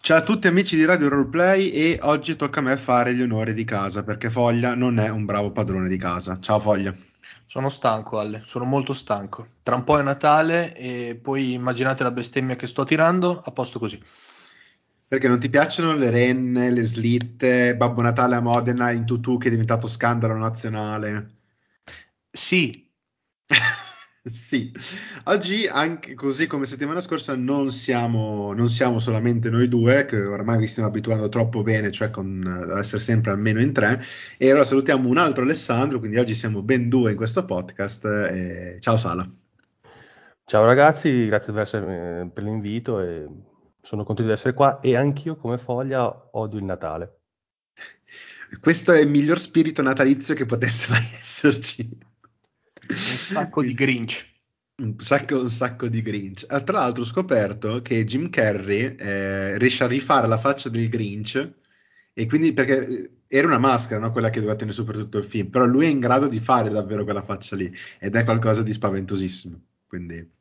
Ciao a tutti amici di Radio Roleplay e oggi tocca a me fare gli onori di casa perché Foglia non è un bravo padrone di casa. Ciao Foglia. Sono stanco, Ale, sono molto stanco. Tra un po' è Natale e poi immaginate la bestemmia che sto tirando, a posto così. Perché non ti piacciono le renne, le slitte, Babbo Natale a Modena in tutù che è diventato scandalo nazionale? Sì, Sì, oggi anche così come settimana scorsa non siamo solamente noi due, che ormai vi stiamo abituando troppo bene, cioè ad essere sempre almeno in tre, e allora salutiamo un altro Alessandro, quindi oggi siamo ben due in questo podcast. Ciao Sala. Ciao ragazzi, grazie per l'invito e sono contento di essere qua e anch'io come Foglia odio il Natale. Questo è il miglior spirito natalizio che potesse mai esserci. un sacco di Quindi, Grinch. un sacco di Grinch. Tra l'altro ho scoperto che Jim Carrey riesce a rifare la faccia del Grinch e quindi perché era una maschera, no? Quella che doveva tenere su per tutto il film, però lui è in grado di fare davvero quella faccia lì ed è qualcosa di spaventosissimo. Quindi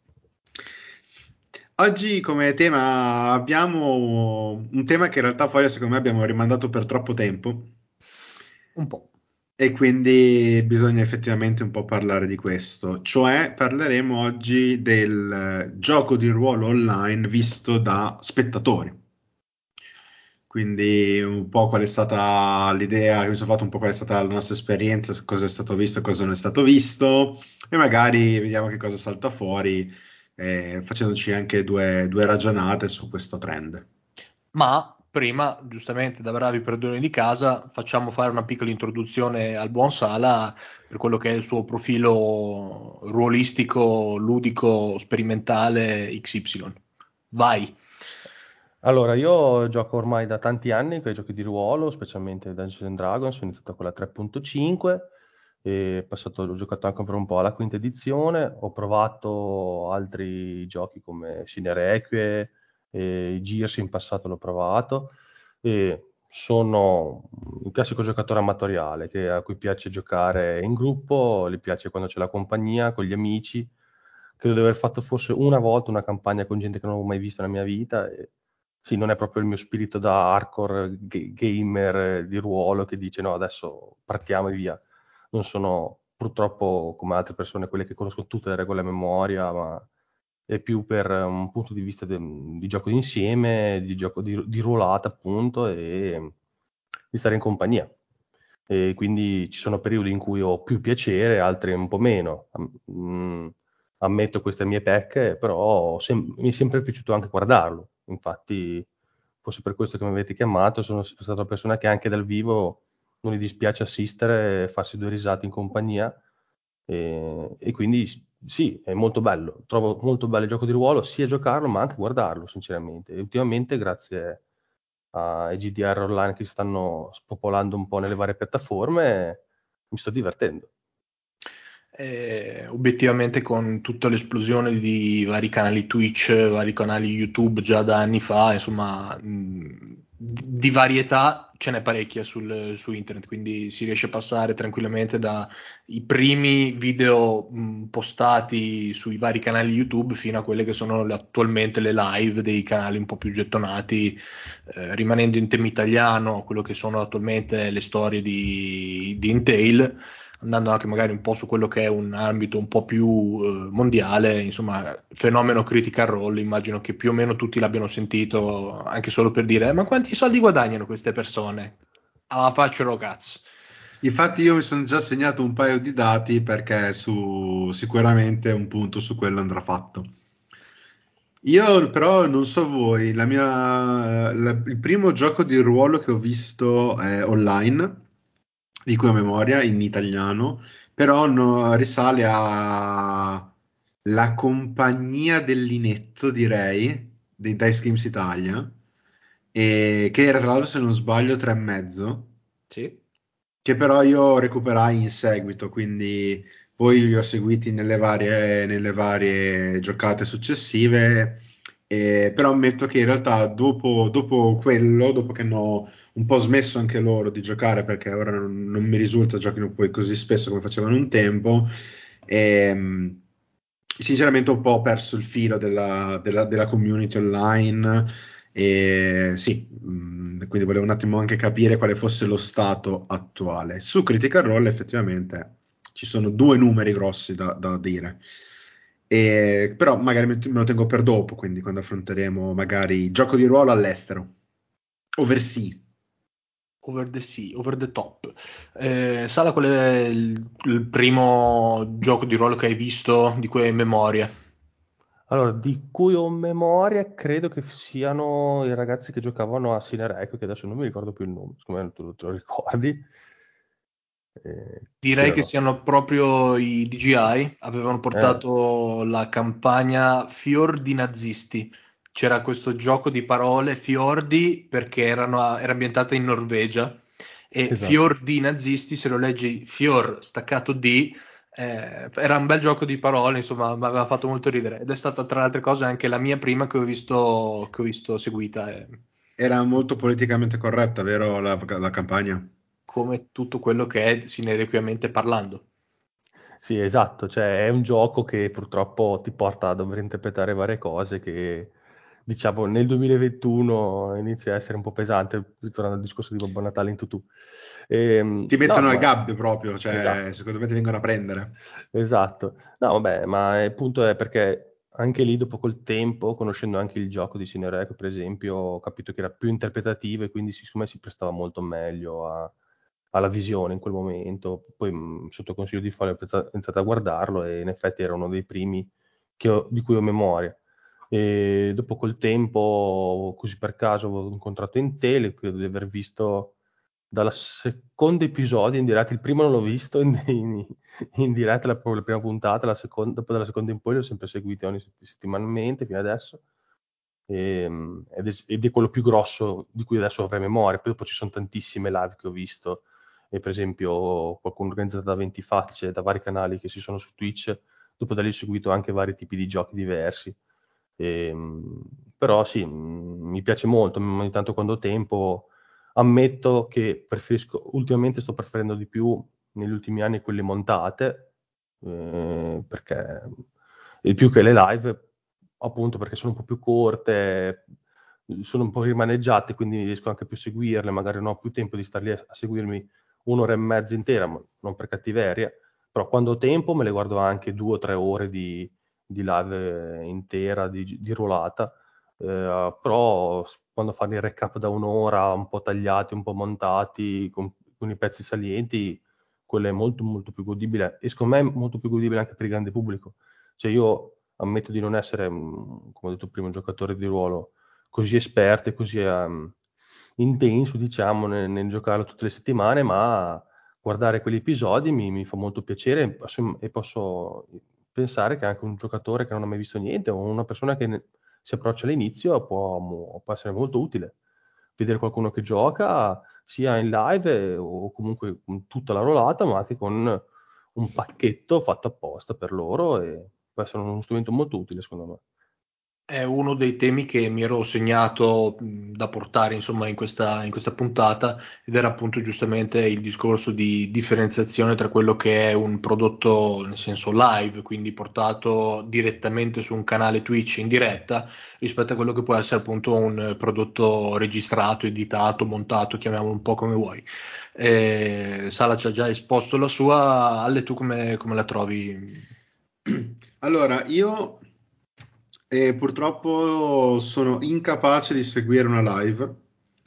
oggi come tema abbiamo un tema che in realtà poi secondo me abbiamo rimandato per troppo tempo. Un po'. E quindi bisogna effettivamente un po' parlare di questo, cioè parleremo oggi del gioco di ruolo online visto da spettatori. Quindi un po' qual è stata l'idea, mi sono fatto un po' qual è stata la nostra esperienza, cosa è stato visto, cosa non è stato visto, e magari vediamo che cosa salta fuori, facendoci anche due ragionate su questo trend. Ma prima, giustamente, da bravi padroni di casa, facciamo fare una piccola introduzione al buon Sala per quello che è il suo profilo ruolistico, ludico, sperimentale XY. Vai. Allora, io gioco ormai da tanti anni con i giochi di ruolo, specialmente Dungeons and Dragons, ho iniziato con la 3.5, ho giocato anche per un po' alla quinta edizione, ho provato altri giochi come Cinerequie, e Gears in passato l'ho provato, e sono un classico giocatore amatoriale a cui piace giocare in gruppo, gli piace quando c'è la compagnia, con gli amici. Credo di aver fatto forse una volta una campagna con gente che non avevo mai visto nella mia vita. E sì, non è proprio il mio spirito da hardcore gamer di ruolo che dice no, adesso partiamo e via. Non sono purtroppo come altre persone quelle che conoscono tutte le regole a memoria, ma è più per un punto di vista di gioco d'insieme, di gioco di ruolata appunto e di stare in compagnia. E quindi ci sono periodi in cui ho più piacere, altri un po' meno. Ammetto queste mie pecche, però mi è sempre piaciuto anche guardarlo. Infatti, forse per questo che mi avete chiamato, sono sempre stata una persona che anche dal vivo non gli dispiace assistere, farsi due risate in compagnia. E quindi sì, è molto bello. Trovo molto bello il gioco di ruolo, sia giocarlo ma anche guardarlo, sinceramente. E ultimamente, grazie ai GDR online che si stanno spopolando un po' nelle varie piattaforme, mi sto divertendo. Obiettivamente con tutta l'esplosione di vari canali Twitch, vari canali YouTube già da anni fa, insomma, di varietà ce n'è parecchia su internet, quindi si riesce a passare tranquillamente dai primi video postati sui vari canali YouTube fino a quelle che sono attualmente le live dei canali un po' più gettonati, rimanendo in tema italiano, quello che sono attualmente le storie di Intel, andando anche magari un po' su quello che è un ambito un po' più mondiale, insomma, fenomeno Critical Role, immagino che più o meno tutti l'abbiano sentito, anche solo per dire, ma quanti soldi guadagnano queste persone? Alla faccia lo cazzo. Infatti io mi sono già segnato un paio di dati perché sicuramente un punto su quello andrà fatto. Io però non so voi, il primo gioco di ruolo che ho visto è online, di cui ho memoria, in italiano, però risale a La Compagnia del Linetto, direi, dei Dice Games Italia, e che era tra l'altro, se non sbaglio, 3,5, Sì. che però io recuperai in seguito, quindi poi li ho seguiti nelle varie giocate successive, però ammetto che in realtà dopo quello, dopo che hanno un po' smesso anche loro di giocare, perché ora non mi risulta giochino poi così spesso come facevano un tempo, sinceramente ho un po' perso il filo della community online E sì, quindi volevo un attimo anche capire quale fosse lo stato attuale. Su Critical Role effettivamente ci sono due numeri grossi da dire. Però magari me lo tengo per dopo, quindi quando affronteremo magari gioco di ruolo all'estero, overseas. Over the sea, over the top. Sala, qual è il primo gioco di ruolo che hai visto di cui hai memoria? Allora, di cui ho memoria, credo che siano i ragazzi che giocavano a Cinereco, che adesso non mi ricordo più il nome, siccome te lo ricordi. Chi Direi che erano? siano proprio i DJI, avevano Eh, portato la campagna Fiordi nazisti. C'era questo gioco di parole, Fiordi, perché era ambientata in Norvegia, e esatto. Fiordi nazisti, se lo leggi Fior staccato D, era un bel gioco di parole, insomma, mi aveva fatto molto ridere. Ed è stata, tra le altre cose, anche la mia prima che ho visto seguita. Era molto politicamente corretta, vero, la campagna? Come tutto quello che è Cinerequiamente parlando. Sì, esatto, cioè è un gioco che purtroppo ti porta a dover interpretare varie cose che, diciamo, nel 2021 inizia a essere un po' pesante, ritornando al discorso di Babbo Natale in tutù. Ti No, mettono al ma gabbio proprio, cioè esatto, secondo me ti vengono a prendere. esatto. No, vabbè, ma il punto è perché anche lì, dopo col tempo, conoscendo anche il gioco di Cinereco, per esempio, ho capito che era più interpretativo e quindi secondo me si prestava molto meglio alla visione in quel momento. Poi, sotto consiglio di Fabio, ho iniziato a guardarlo e in effetti era uno dei primi di cui ho memoria. E dopo col tempo, così per caso, ho incontrato Intel, credo di aver visto dal secondo episodio in diretta. Il primo non l'ho visto in diretta, proprio la prima puntata, dopo dalla seconda in poi l'ho sempre seguito ogni settimanalmente fino adesso. Ed è quello più grosso di cui adesso avrei memoria. Poi dopo ci sono tantissime live che ho visto, e per esempio qualcuno organizzato da 20 facce, da vari canali che si sono su Twitch. Dopo da lì ho seguito anche vari tipi di giochi diversi. Ehm, Però sì, mi piace molto, ogni tanto quando ho tempo. Ammetto che ultimamente sto preferendo di più negli ultimi anni quelle montate, perché di più che le live, appunto perché sono un po' più corte, sono un po' rimaneggiate, quindi riesco anche più a seguirle, magari non ho più tempo di star lì a seguirmi un'ora e mezza intera, ma non per cattiveria, però quando ho tempo me le guardo anche 2 o 3 ore di live intera, di ruolata. Però quando fanno il recap da un'ora, un po' tagliati, un po' montati, con i pezzi salienti, quello è molto molto più godibile, e secondo me è molto più godibile anche per il grande pubblico. Cioè io ammetto di non essere, come ho detto prima, un giocatore di ruolo così esperto e così intenso, diciamo, nel giocarlo tutte le settimane, ma guardare quegli episodi mi fa molto piacere, e posso pensare che anche un giocatore che non ha mai visto niente, o una persona che si approccia all'inizio, può essere molto utile. Vedere qualcuno che gioca sia in live, o comunque con tutta la rolata, ma anche con un pacchetto fatto apposta per loro, e può essere uno strumento molto utile, secondo me. È uno dei temi che mi ero segnato da portare insomma in questa puntata, ed era appunto giustamente il discorso di differenziazione tra quello che è un prodotto nel senso live, quindi portato direttamente su un canale Twitch in diretta, rispetto a quello che può essere appunto un prodotto registrato, editato, montato, chiamiamolo un po' come vuoi. Sala ci ha già esposto la sua. Alle, tu come la trovi? Allora, io purtroppo sono incapace di seguire una live.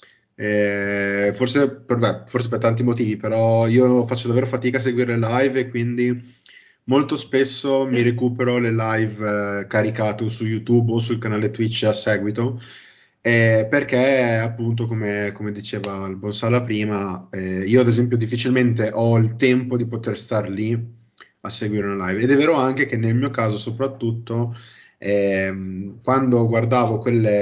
Forse per tanti motivi, però io faccio davvero fatica a seguire le live e quindi molto spesso mi recupero le live caricate su YouTube o sul canale Twitch a seguito, perché appunto, come diceva il buon Sala prima, io ad esempio difficilmente ho il tempo di poter star lì a seguire una live. Ed è vero anche che nel mio caso, soprattutto, quando guardavo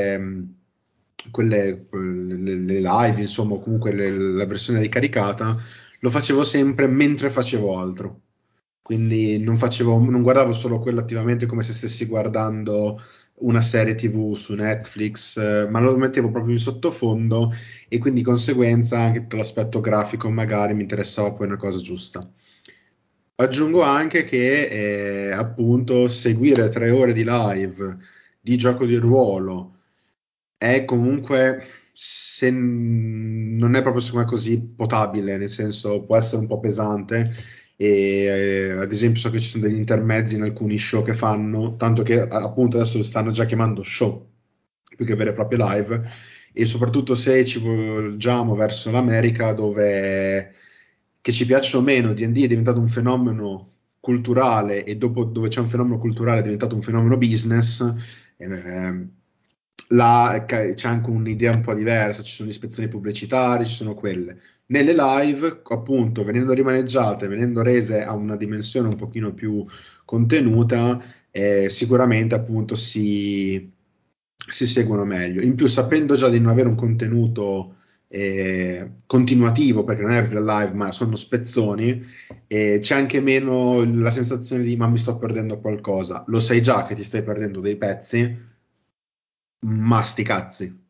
le live, insomma, o comunque la versione ricaricata, lo facevo sempre mentre facevo altro. Quindi non guardavo solo quello attivamente come se stessi guardando una serie TV su Netflix, ma lo mettevo proprio in sottofondo, e quindi di conseguenza anche tutto l'aspetto grafico magari mi interessava poi una cosa giusta. Aggiungo anche che appunto seguire 3 ore di live di gioco di ruolo è comunque, se non è proprio secondo me così potabile, nel senso può essere un po' pesante e ad esempio so che ci sono degli intermezzi in alcuni show che fanno, tanto che appunto adesso li stanno già chiamando show più che vere e proprie live, e soprattutto se ci volgiamo verso l'America dove che ci piaccia o meno, D&D è diventato un fenomeno culturale e dopo dove c'è un fenomeno culturale è diventato un fenomeno business. eh, Là c'è anche un'idea un po' diversa, ci sono ispezioni pubblicitarie, ci sono quelle. Nelle live, appunto, venendo rimaneggiate, venendo rese a una dimensione un pochino più contenuta, sicuramente appunto si seguono meglio. In più, sapendo già di non avere un contenuto continuativo, perché non è real live, ma sono spezzoni, c'è anche meno la sensazione di ma mi sto perdendo qualcosa. Lo sai già che ti stai perdendo dei pezzi, ma sti cazzi,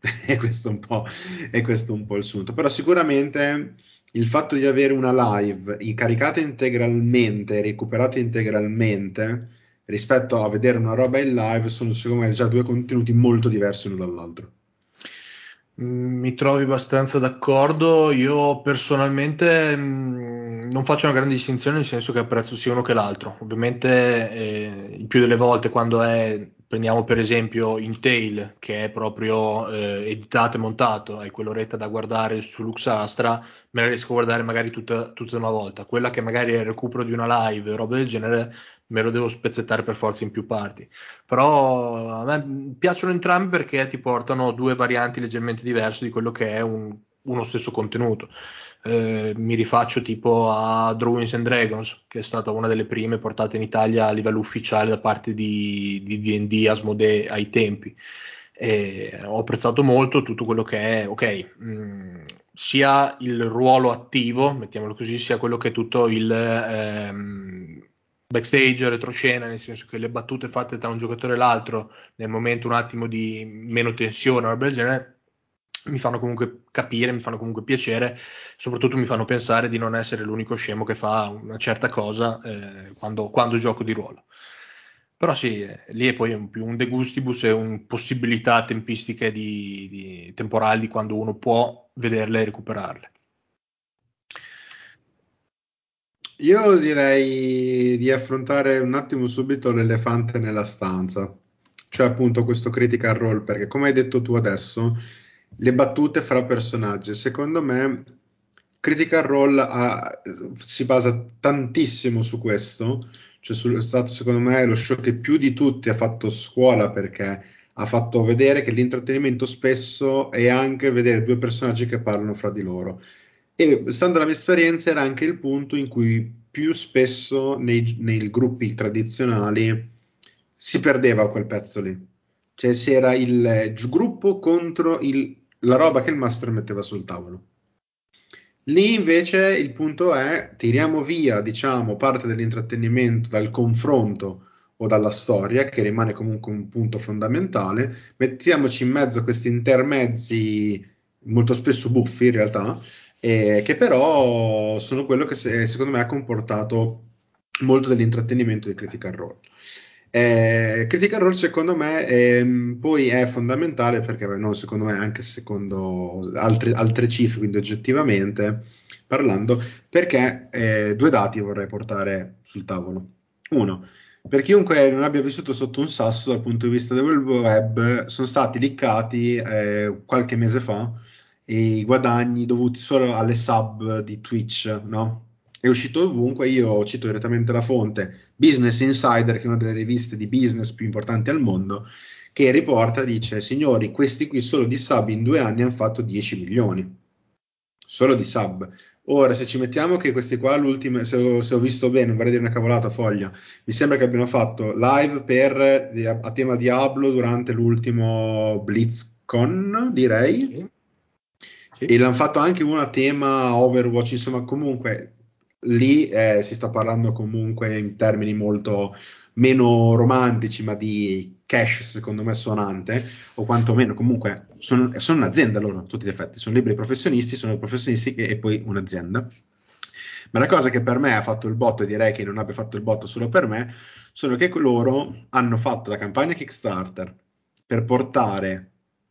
e questo un po' il sunto. Però sicuramente il fatto di avere una live caricata integralmente, recuperata integralmente, rispetto a vedere una roba in live, sono secondo me già due contenuti molto diversi l'uno dall'altro. Mi trovi abbastanza d'accordo. Io personalmente non faccio una grande distinzione, nel senso che apprezzo sia uno che l'altro. Ovviamente il più delle volte quando prendiamo per esempio Intel, che è proprio editato e montato, è quell'oretta da guardare su Luxastra, me la riesco a guardare magari tutta una volta. Quella che magari è il recupero di una live o roba del genere, me lo devo spezzettare per forza in più parti. Però a me piacciono entrambi perché ti portano due varianti leggermente diverse di quello che è uno stesso contenuto. Mi rifaccio tipo a Drawings and Dragons, che è stata una delle prime portate in Italia a livello ufficiale da parte di D&D Asmodee ai tempi. E ho apprezzato molto tutto quello che è, ok, sia il ruolo attivo, mettiamolo così, sia quello che è tutto il backstage, retroscena, nel senso che le battute fatte tra un giocatore e l'altro nel momento un attimo di meno tensione o roba del genere mi fanno comunque capire, mi fanno comunque piacere, soprattutto mi fanno pensare di non essere l'unico scemo che fa una certa cosa quando gioco di ruolo. Però sì, lì è poi più un de gustibus e un possibilità tempistiche temporali di quando uno può vederle e recuperarle. Io direi di affrontare un attimo subito l'elefante nella stanza, cioè appunto questo critical role, perché come hai detto tu adesso, le battute fra personaggi, secondo me critical role si basa tantissimo su questo, cioè è stato secondo me lo show che più di tutti ha fatto scuola perché ha fatto vedere che l'intrattenimento spesso è anche vedere due personaggi che parlano fra di loro. E stando alla mia esperienza era anche il punto in cui più spesso nei gruppi tradizionali si perdeva quel pezzo lì. Cioè si era il gruppo contro la roba che il master metteva sul tavolo. Lì invece il punto è tiriamo via, diciamo, parte dell'intrattenimento dal confronto o dalla storia, che rimane comunque un punto fondamentale, mettiamoci in mezzo a questi intermezzi molto spesso buffi in realtà, che però sono quello che secondo me ha comportato molto dell'intrattenimento di Critical Role. Critical Role secondo me poi è fondamentale perché non secondo me anche secondo altre cifre, quindi oggettivamente parlando, perché due dati vorrei portare sul tavolo. Uno, per chiunque non abbia vissuto sotto un sasso dal punto di vista del web, sono stati liccati qualche mese fa i guadagni dovuti solo alle sub di Twitch, no? È uscito ovunque, io cito direttamente la fonte Business Insider, che è una delle riviste di business più importanti al mondo, che riporta, dice, signori, questi qui solo di sub in 2 anni hanno fatto 10 milioni, solo di sub. Ora, se ci mettiamo che questi qua, l'ultimo, se ho visto bene, non vorrei dire una cavolata, foglia, mi sembra che abbiano fatto live a tema Diablo durante l'ultimo BlizzCon, direi, Sì. e l'hanno fatto anche uno a tema Overwatch, insomma, comunque lì si sta parlando comunque in termini molto meno romantici, ma di cash, secondo me, suonante, o quantomeno comunque sono un'azienda loro, a tutti gli effetti, sono liberi professionisti, sono professionisti e poi un'azienda. Ma la cosa che per me ha fatto il botto, e direi che non abbia fatto il botto solo per me, sono che loro hanno fatto la campagna Kickstarter per portare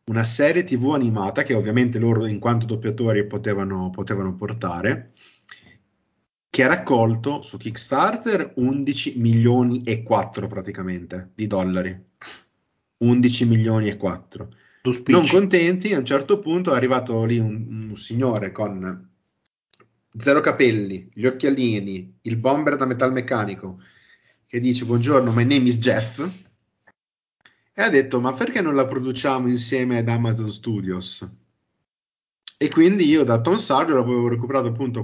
una serie TV animata che ovviamente loro in quanto doppiatori potevano portare, che ha raccolto su Kickstarter 11 milioni e 4 praticamente di dollari. 11 milioni e 4. Tu Non spicci. contenti, a un certo punto è arrivato lì un signore con zero capelli, gli occhialini, il bomber da metalmeccanico, che dice buongiorno, my name is Jeff, e ha detto ma perché non la produciamo insieme ad Amazon Studios? E quindi io da Tom Sawyer avevo recuperato appunto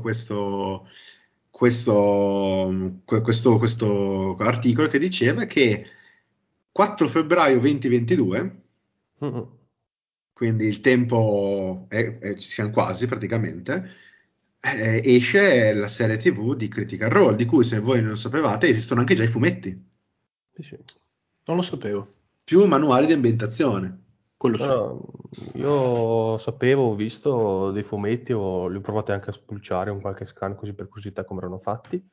questo articolo che diceva che 4 febbraio 2022, Mm-mm. quindi il tempo ci siamo quasi praticamente, esce la serie TV di Critical Role, di cui se voi non sapevate esistono anche già i fumetti, Sì, sì. Non lo sapevo. più manuali di ambientazione. Quello No, sì. no, io sapevo, ho visto dei fumetti, li ho provati anche a spulciare un qualche scan così per curiosità come erano fatti,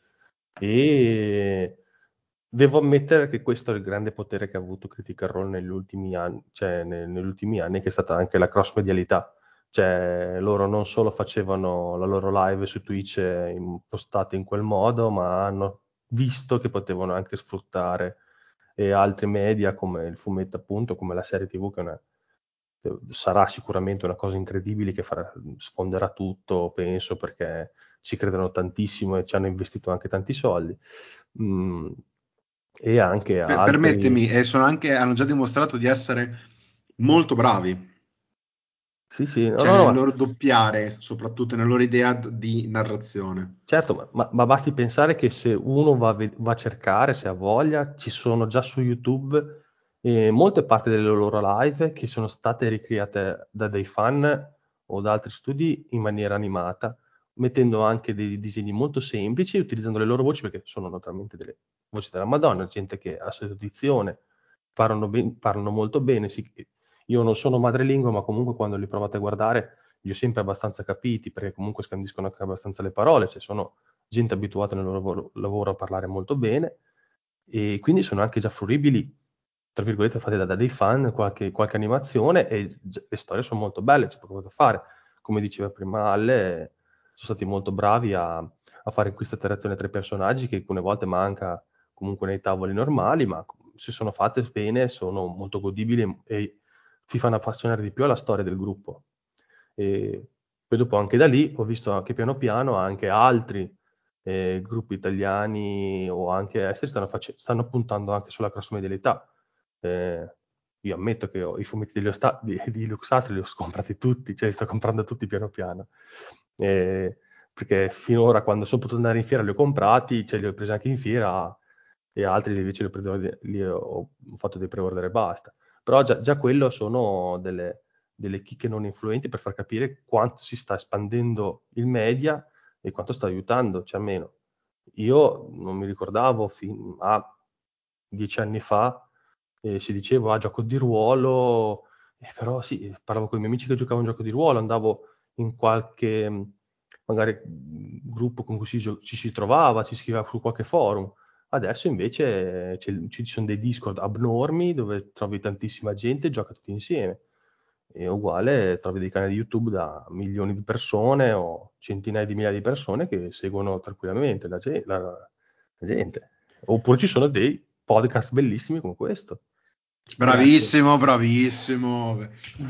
e devo ammettere che questo è il grande potere che ha avuto Critical Role negli ultimi anni, cioè negli ultimi anni, che è stata anche la cross-medialità. Cioè, loro non solo facevano la loro live su Twitch impostate in quel modo, ma hanno visto che potevano anche sfruttare altri media come il fumetto, appunto, come la serie TV, che è sarà sicuramente una cosa incredibile che sfonderà tutto, penso, perché ci credono tantissimo e ci hanno investito anche tanti soldi. Mm, e anche altri. Permettimi, hanno già dimostrato di essere molto bravi. Sì, sì, no, Cioè no, no, nel ma loro doppiare, soprattutto nella loro idea di narrazione. certo, ma basti pensare che se uno va a cercare, se ha voglia, ci sono già su YouTube molte parti delle loro live che sono state ricreate da dei fan o da altri studi in maniera animata, mettendo anche dei disegni molto semplici, utilizzando le loro voci, perché sono naturalmente delle voci della Madonna, gente che ha sua audizione, parlano molto bene. Io non sono madrelingua, ma comunque quando li provate a guardare li ho sempre abbastanza capiti, perché comunque scandiscono anche abbastanza le parole, cioè sono gente abituata nel loro lavoro a parlare molto bene, e quindi sono anche già fruibili, tra virgolette, fatte da dei fan, qualche animazione, e le storie sono molto belle, c'è poco da fare. Come diceva prima Alle, sono stati molto bravi a fare questa interazione tra i personaggi, che alcune volte manca comunque nei tavoli normali, ma se sono fatte bene sono molto godibili e si fanno appassionare di più alla storia del gruppo. E poi dopo anche da lì ho visto che piano piano anche altri gruppi italiani o anche esteri stanno puntando anche sulla cross-medialità. Eh, io ammetto che i fumetti di Luxatri li ho comprati tutti, cioè li sto comprando tutti piano piano. Eh, Perché finora quando sono potuto andare in fiera li ho comprati, cioè li ho presi anche in fiera, e altri invece ho fatto dei pre-order e basta. Però già quello sono delle chicche non influenti per far capire quanto si sta espandendo il media e quanto sta aiutando, cioè almeno io non mi ricordavo fino a 10 anni fa, si diceva gioco di ruolo, però sì, parlavo con i miei amici che giocavano un gioco di ruolo, andavo in qualche magari gruppo con cui ci si trovava, ci si scriveva su qualche forum. Adesso invece ci sono dei Discord abnormi dove trovi tantissima gente e gioca tutti insieme. E uguale trovi dei canali YouTube da milioni di persone o centinaia di migliaia di persone che seguono tranquillamente la gente. Oppure ci sono dei podcast bellissimi come questo. Grazie. Bravissimo, bravissimo.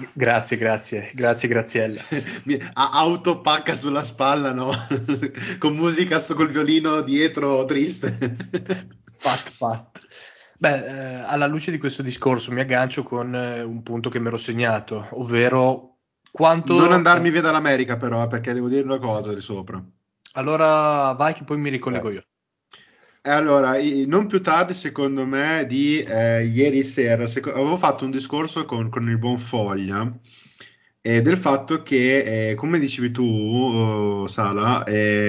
Grazie, Graziella. Autopacca sulla spalla, no? Con musica col violino dietro triste. Pat, pat. Beh, alla luce di questo discorso mi aggancio con un punto che mi ero segnato, ovvero Non quanto. andarmi via dall'America, però, perché devo dire una cosa di sopra. Allora vai che poi mi Vai. ricollego io. E allora, non più tardi, secondo me, di ieri sera, avevo fatto un discorso con il buon Foglia del fatto che, come dicevi tu, Sala,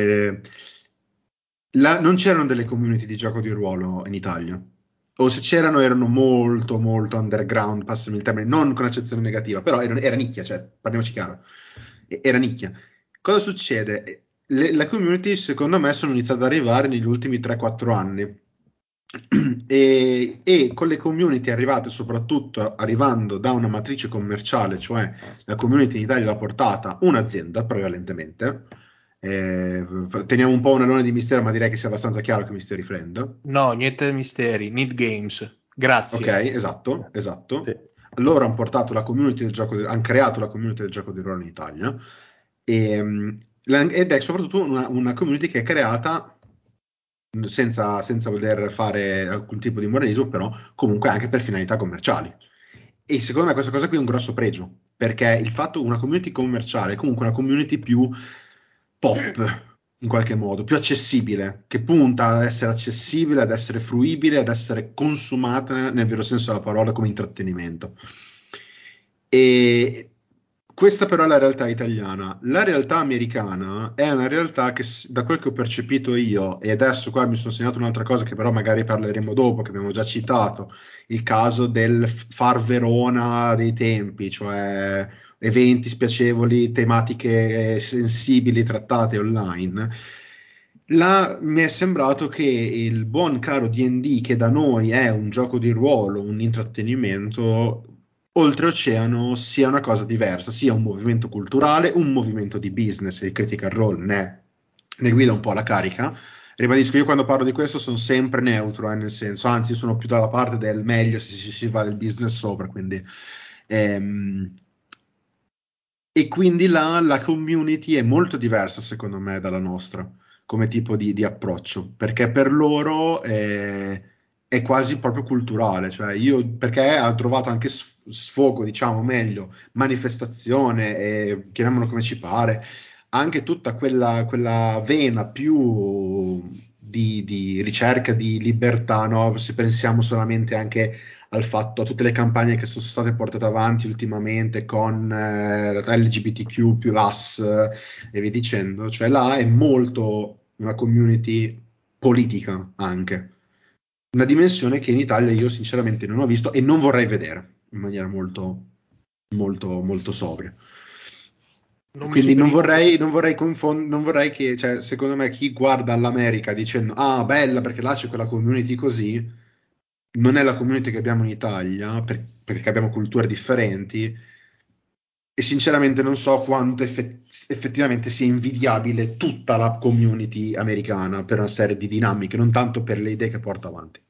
non c'erano delle community di gioco di ruolo in Italia. O se c'erano erano molto molto underground, passami il termine, non con accezione negativa, però era nicchia, cioè, parliamoci chiaro, era nicchia. Cosa succede? La community secondo me sono iniziate ad arrivare negli ultimi 3-4 anni, e con le community arrivate, soprattutto arrivando da una matrice commerciale, cioè la community in Italia l'ha portata un'azienda prevalentemente. Teniamo un po' un alone di mistero, ma direi che sia abbastanza chiaro che mi stia riferendo. No, niente misteri, Need Games. Ok, Grazie. esatto, esatto. Sì. Loro hanno portato la community del gioco, hanno creato la community del gioco di ruolo in Italia ed è soprattutto una community che è creata senza voler fare alcun tipo di moralismo, però comunque anche per finalità commerciali. E secondo me questa cosa qui è un grosso pregio, perché il fatto una community commerciale è comunque una community più pop, in qualche modo, più accessibile, che punta ad essere accessibile, ad essere fruibile, ad essere consumata nel vero senso della parola come intrattenimento. E questa però è la realtà italiana. La realtà americana è una realtà che, da quel che ho percepito io, e adesso qua mi sono segnato un'altra cosa che però magari parleremo dopo, che abbiamo già citato, il caso del far Verona dei tempi, cioè eventi spiacevoli, tematiche sensibili trattate online. Là mi è sembrato che il buon caro D&D, che da noi è un gioco di ruolo, un intrattenimento, oltreoceano sia una cosa diversa, sia un movimento culturale, un movimento di business. Il Critical Role ne guida un po' la carica. Ribadisco, io quando parlo di questo sono sempre neutro, nel senso, anzi, sono più dalla parte del meglio se si va del business sopra, quindi ehm, e quindi là la community è molto diversa, secondo me, dalla nostra, come tipo di approccio, perché per loro è quasi proprio culturale, cioè perché ha trovato anche sfogo, diciamo meglio, manifestazione, chiamiamolo come ci pare, anche tutta quella vena più di ricerca di libertà, no? Se pensiamo solamente anche al fatto, a tutte le campagne che sono state portate avanti ultimamente con LGBTQ+, e via dicendo, cioè là è molto una community politica anche, una dimensione che in Italia io sinceramente non ho visto e non vorrei vedere in maniera molto, molto, molto sobria. Non mi Quindi esprimo perché non vorrei che, cioè, secondo me, chi guarda all'America dicendo ah, bella perché là c'è quella community così, non è la community che abbiamo in Italia, perché abbiamo culture differenti, e sinceramente non so quanto effettivamente sia invidiabile tutta la community americana per una serie di dinamiche, non tanto per le idee che porta avanti.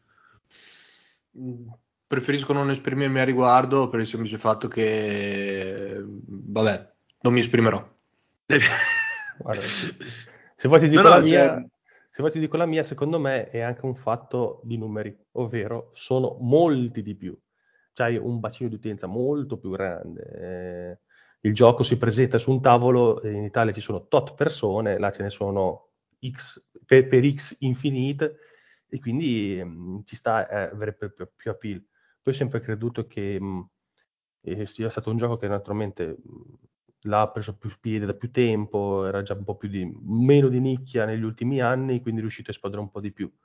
preferisco non esprimermi a riguardo per il semplice fatto che, vabbè, non mi esprimerò. Guarda, se vuoi ti No, dico la no, cioè, mia, se vuoi ti dico la mia, secondo me è anche un fatto di numeri, ovvero sono molti di più. C'hai un bacino di utenza molto più grande. Il gioco si presenta su un tavolo, in Italia ci sono tot persone, là ce ne sono X per X infinite, e quindi ci sta a avere più appeal. Poi ho sempre creduto che sia stato un gioco che naturalmente l'ha preso più piede da più tempo, era già un po' meno di nicchia negli ultimi anni, quindi è riuscito a esplodere un po' di più.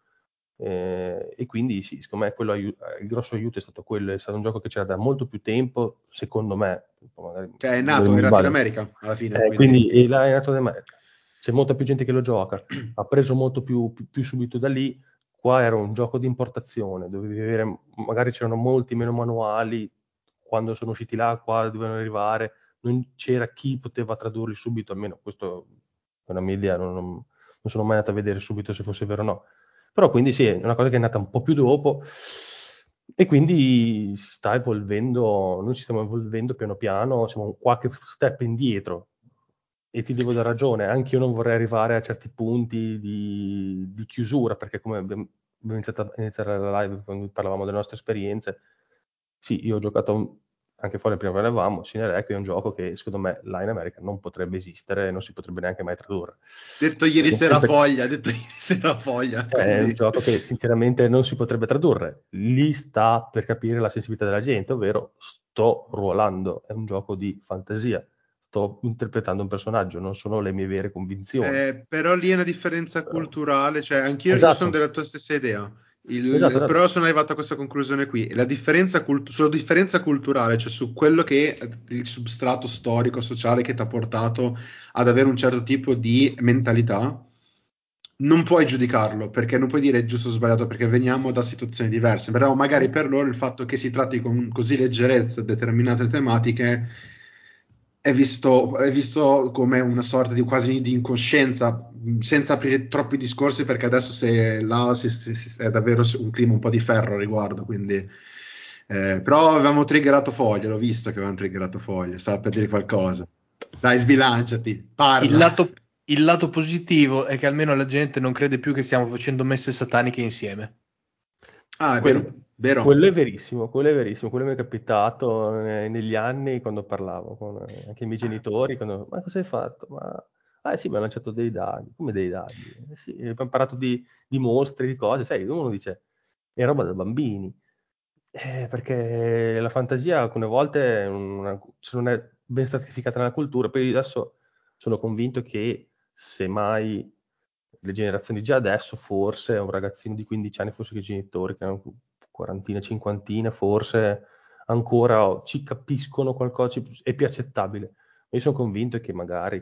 E quindi sì, secondo me il grosso aiuto è stato quello, è stato un gioco che c'era da molto più tempo, secondo me, poi magari cioè, è mi nato in sbaglio. America alla fine, Quindi quindi e là è nato da me. C'è molta più gente che lo gioca, ha preso molto più subito da lì. Qua era un gioco di importazione, dovevi avere, magari c'erano molti meno manuali, quando sono usciti là, qua dovevano arrivare, non c'era chi poteva tradurli subito, almeno questo è una mia idea, non sono mai andato a vedere subito se fosse vero o no. Però quindi sì, è una cosa che è nata un po' più dopo, e quindi si sta evolvendo, noi ci stiamo evolvendo piano piano, siamo qualche step indietro, e ti devo dare ragione, anche io non vorrei arrivare a certi punti di chiusura, perché come abbiamo iniziato a iniziare la live quando parlavamo delle nostre esperienze, sì, io ho giocato anche fuori prima parlavamo, Cinerec è un gioco che secondo me là in America non potrebbe esistere, non si potrebbe neanche mai tradurre. detto ieri Sono sera sempre foglia, detto ieri sera foglia, è un quindi gioco che sinceramente non si potrebbe tradurre. Lì sta per capire la sensibilità della gente, ovvero sto ruolando, è un gioco di fantasia, sto interpretando un personaggio, non sono le mie vere convinzioni. però lì è una differenza Però- culturale, cioè anch'io io sono Esatto, della tua stessa idea. esatto, esatto. Però sono arrivato a questa conclusione qui. La differenza sulla differenza culturale, cioè su quello che è il substrato storico, sociale che ti ha portato ad avere un certo tipo di mentalità, non puoi giudicarlo, perché non puoi dire giusto o sbagliato, perché veniamo da situazioni diverse. Però magari per loro il fatto che si tratti con così leggerezza determinate tematiche è visto come una sorta di quasi di incoscienza, senza aprire troppi discorsi, perché adesso là è davvero un clima un po' di ferro a riguardo, quindi però avevamo triggerato Foglia, l'ho visto che avevamo triggerato Foglia, stava per dire qualcosa. Dai, sbilanciati, Il parla. lato, il lato positivo è che almeno la gente non crede più che stiamo facendo messe sataniche insieme. Ah, è Quello, vero, vero. quello è verissimo, quello è verissimo, quello mi è capitato negli anni quando parlavo con anche i miei genitori, ma cosa hai fatto? Sì, mi hanno lanciato dei dadi, come dei dadi? Sì, abbiamo parlato di mostri, di cose, sai, uno dice, è roba da bambini. Perché la fantasia alcune volte se non è ben stratificata nella cultura, poi adesso sono convinto che semmai le generazioni già adesso, forse un ragazzino di 15 anni, forse che i genitori che hanno quarantina, cinquantina, forse ancora ci capiscono qualcosa, è più accettabile. Ma io sono convinto che magari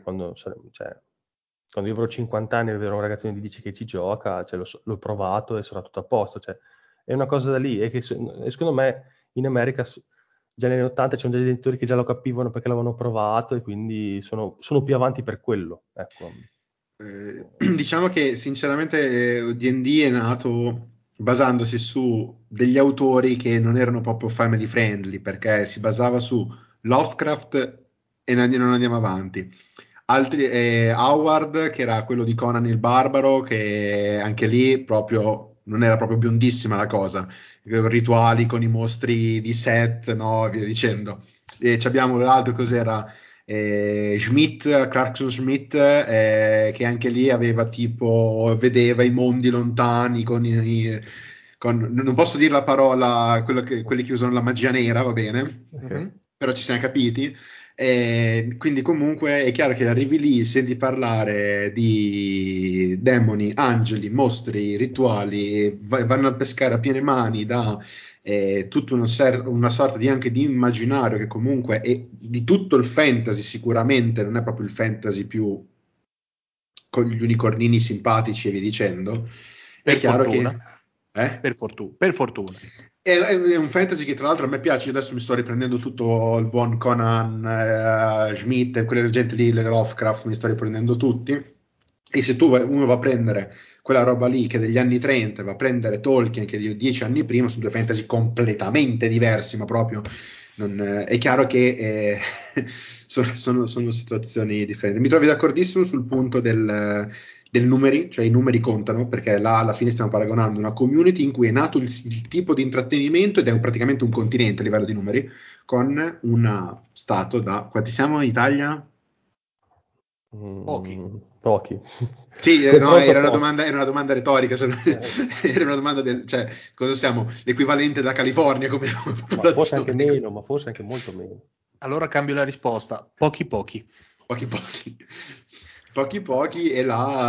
quando io avrò 50 anni e vedrò un ragazzino di 10 che ci gioca, l'ho provato e sarà tutto a posto. Cioè, è una cosa da lì, e secondo me in America già negli anni 80 c'erano dei genitori che già lo capivano perché l'avevano provato e quindi sono più avanti per quello. Ecco. Diciamo che sinceramente D&D è nato basandosi su degli autori che non erano proprio family friendly, perché si basava su Lovecraft e non andiamo avanti. Altri, Howard, che era quello di Conan il Barbaro, che anche lì proprio non era proprio biondissima la cosa, rituali con i mostri di Set, no, e via dicendo. E ci abbiamo l'altro, cos'era? Clarkson Schmidt, che anche lì aveva tipo, vedeva i mondi lontani non posso dire la parola, quelli che usano la magia nera, va bene, Ok. però ci siamo capiti. Quindi comunque è chiaro che arrivi lì, senti parlare di demoni, angeli, mostri, rituali, vanno a pescare a piene mani da tutta una sorta di anche di immaginario che comunque è di tutto il fantasy, sicuramente non è proprio il fantasy più con gli unicornini simpatici e via dicendo. È Per chiaro fortuna. che eh? Per fortuna. È un fantasy che tra l'altro a me piace. Io adesso mi sto riprendendo tutto il buon Conan, Schmidt e quella gente lì, le Lovecraft, mi sto riprendendo tutti. E se uno va a prendere quella roba lì che è degli anni 30, va a prendere Tolkien che è di 10 anni prima, sono due fantasy completamente diversi, ma proprio è chiaro che sono situazioni differenti. Mi trovi d'accordissimo sul punto del numeri, cioè i numeri contano, perché là alla fine stiamo paragonando una community in cui è nato il tipo di intrattenimento ed è praticamente un continente a livello di numeri, con un stato da... Quanti siamo in Italia? Pochi. Pochi. Sì, no, Confronto pochi. era una domanda retorica, Eh, era una domanda cioè, cosa siamo? L'equivalente della California come ma forse anche popolazione, meno, ma forse anche molto meno. Allora cambio la risposta. Pochi pochi. pochi pochi. Pochi pochi e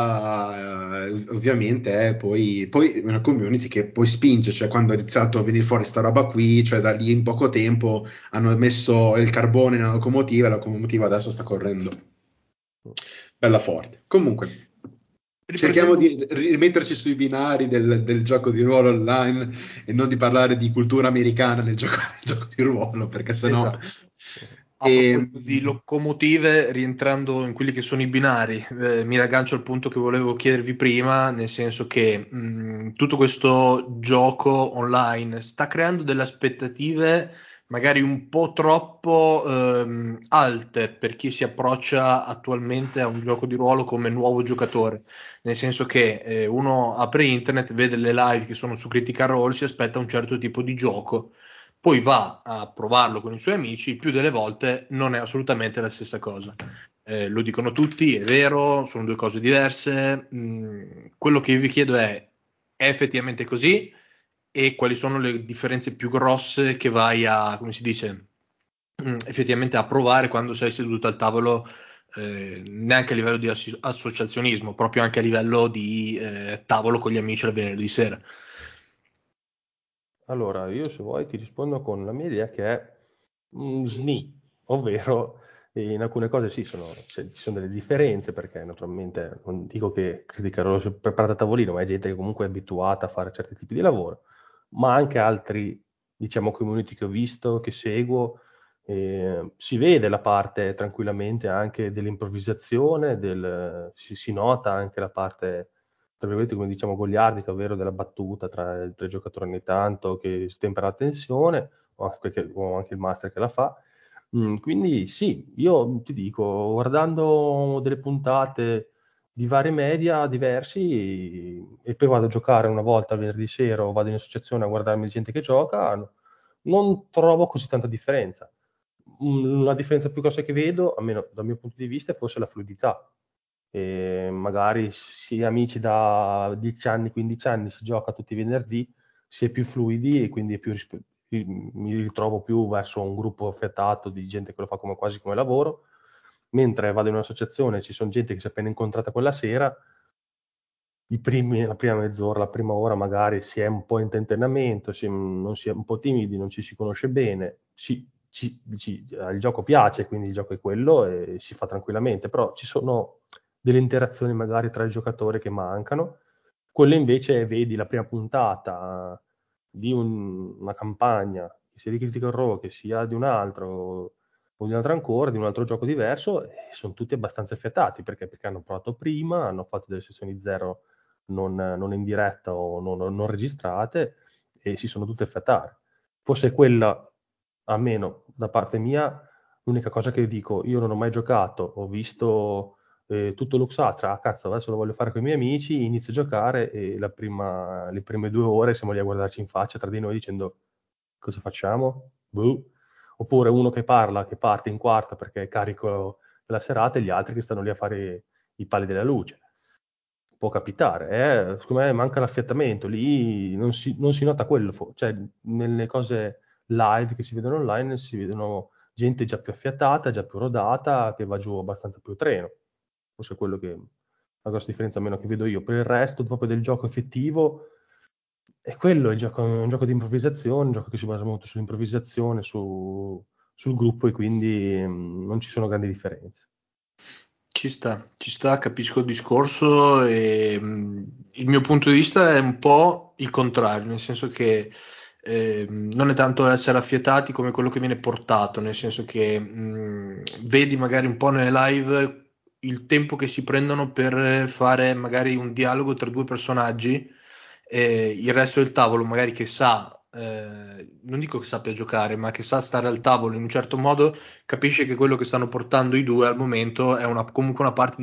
là ovviamente poi è una community che poi spinge, cioè quando è iniziato a venire fuori sta roba qui, cioè da lì in poco tempo hanno messo il carbone nella locomotiva e la locomotiva adesso sta correndo bella forte. Comunque, cerchiamo Riprendendo, di rimetterci sui binari del gioco di ruolo online e non di parlare di cultura americana nel gioco, nel gioco di ruolo, perché sennò... esatto. A proposito di Ehm, locomotive, rientrando in quelli che sono i binari, mi raggancio al punto che volevo chiedervi prima, nel senso che tutto questo gioco online sta creando delle aspettative magari un po' troppo alte per chi si approccia attualmente a un gioco di ruolo come nuovo giocatore, nel senso che uno apre internet, vede le live che sono su Critical Role, si aspetta un certo tipo di gioco, poi va a provarlo con i suoi amici, il più delle volte non è assolutamente la stessa cosa. Lo dicono tutti, è vero, sono due cose diverse. Quello che io vi chiedo è effettivamente così? E quali sono le differenze più grosse che vai a, come si dice, effettivamente a provare quando sei seduto al tavolo, neanche a livello di associazionismo, proprio anche a livello di tavolo con gli amici al venerdì sera. Allora, io se vuoi ti rispondo con la mia idea che è un SNI, ovvero E in alcune cose sì, ci sono delle differenze, perché naturalmente non dico che criticherò preparata a tavolino, ma è gente che comunque è abituata a fare certi tipi di lavoro, ma anche altri, diciamo, community che ho visto, che seguo, si vede la parte tranquillamente anche dell'improvvisazione, si nota anche la parte, tra virgolette, come diciamo, goliardica, ovvero della battuta tra i giocatori ogni tanto, che stempera la tensione, o anche il master che la fa. Quindi sì, io ti dico, guardando delle puntate di vari media diversi e poi vado a giocare una volta venerdì sera o vado in associazione a guardarmi gente che gioca, non trovo così tanta differenza. La differenza più grossa che vedo, almeno dal mio punto di vista, è forse la fluidità. E magari si è amici da 10 anni, 15 anni, si gioca tutti i venerdì, si è più fluidi e quindi mi ritrovo più verso un gruppo affiatato di gente che lo fa quasi come lavoro, mentre vado in un'associazione, ci sono gente che si è appena incontrata quella sera, la prima mezz'ora, la prima ora magari si è un po' in tentennamento, non si è un po' timidi, non ci si conosce bene, il gioco piace, quindi il gioco è quello e si fa tranquillamente, però ci sono delle interazioni magari tra i giocatori che mancano. Quello invece vedi la prima puntata di una campagna, che sia di Critical Role, che sia di un altro, o di un altro ancora, di un altro gioco diverso, e sono tutti abbastanza affiatati, perché hanno provato prima, hanno fatto delle sessioni zero non in diretta o non registrate, e si sono tutti affiatare. Forse quella, almeno da parte mia, l'unica cosa che dico, io non ho mai giocato, ho visto tutto Luxatra, cazzo, adesso lo voglio fare con i miei amici, inizio a giocare e le prime 2 ore siamo lì a guardarci in faccia tra di noi dicendo cosa facciamo? Boh. Oppure uno che parla, che parte in quarta perché è carico della serata e gli altri che stanno lì a fare i pali della luce. Può capitare, secondo me manca l'affiattamento, lì non si nota quello, cioè nelle cose live che si vedono online si vedono gente già più affiatata, già più rodata, che va giù abbastanza più treno. Forse è quello che la grossa differenza almeno che vedo io. Per il resto, proprio del gioco effettivo, è quello, è un gioco di improvvisazione, un gioco che si basa molto sull'improvvisazione, sul gruppo, e quindi non ci sono grandi differenze. Ci sta, capisco il discorso e il mio punto di vista è un po' il contrario, nel senso che non è tanto essere affiatati come quello che viene portato, nel senso che vedi magari un po' nelle live il tempo che si prendono per fare magari un dialogo tra due personaggi e il resto del tavolo magari che sa, non dico che sappia giocare, ma che sa stare al tavolo in un certo modo, capisce che quello che stanno portando i due al momento è comunque una parte